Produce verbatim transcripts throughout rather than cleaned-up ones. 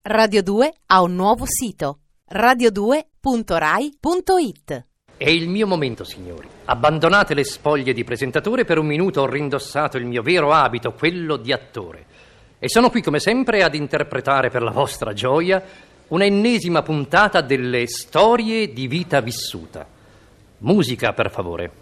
Radio due ha un nuovo sito, radio due punto rai punto it. È il mio momento, signori. Abbandonate le spoglie di presentatore. Per un minuto ho rindossato il mio vero abito, quello di attore. E sono qui, come sempre, ad interpretare per la vostra gioia una ennesima puntata delle storie di vita vissuta. Musica, per favore.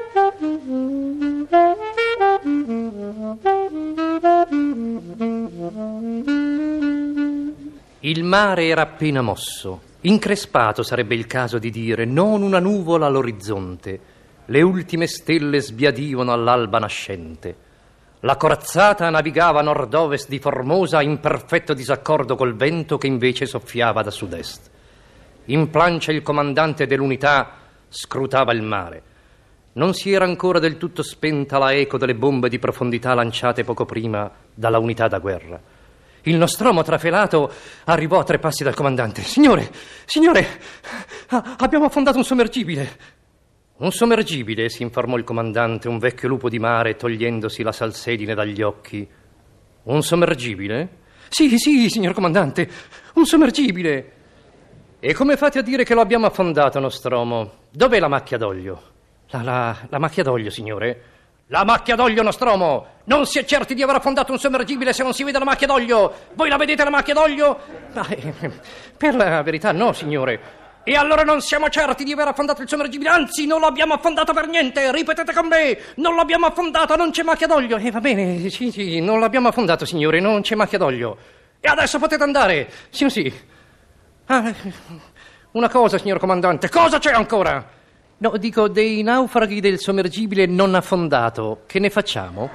Il mare era appena mosso. Increspato sarebbe il caso di dire, non una nuvola all'orizzonte. Le ultime stelle sbiadivano all'alba nascente. La corazzata navigava a nord-ovest di Formosa in perfetto disaccordo col vento che invece soffiava da sud-est. In plancia il comandante dell'unità scrutava il mare. Non si era ancora del tutto spenta la eco delle bombe di profondità lanciate poco prima dalla unità da guerra. Il Nostromo trafelato arrivò a tre passi dal comandante. Signore, signore, ah, abbiamo affondato un sommergibile. Un sommergibile, si informò il comandante, un vecchio lupo di mare, togliendosi la salsedine dagli occhi. Un sommergibile? Sì, sì, signor comandante, un sommergibile. E come fate a dire che lo abbiamo affondato, Nostromo? Dov'è la macchia d'olio? La, la, la macchia d'olio, signore? La macchia d'olio, Nostromo! Non si è certi di aver affondato un sommergibile se non si vede la macchia d'olio! Voi la vedete la macchia d'olio? Ma, eh, per la verità no, signore. E allora non siamo certi di aver affondato il sommergibile, anzi non l'abbiamo affondato per niente! Ripetete con me! Non l'abbiamo affondato, non c'è macchia d'olio! E eh, va bene, sì, sì, non l'abbiamo affondato, signore, non c'è macchia d'olio. E adesso potete andare! Sì, sì. Ah, una cosa, signor comandante, cosa c'è ancora? No, dico, dei naufraghi del sommergibile non affondato, che ne facciamo?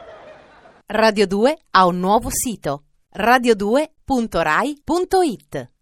Radio due ha un nuovo sito, radio due punto rai punto it.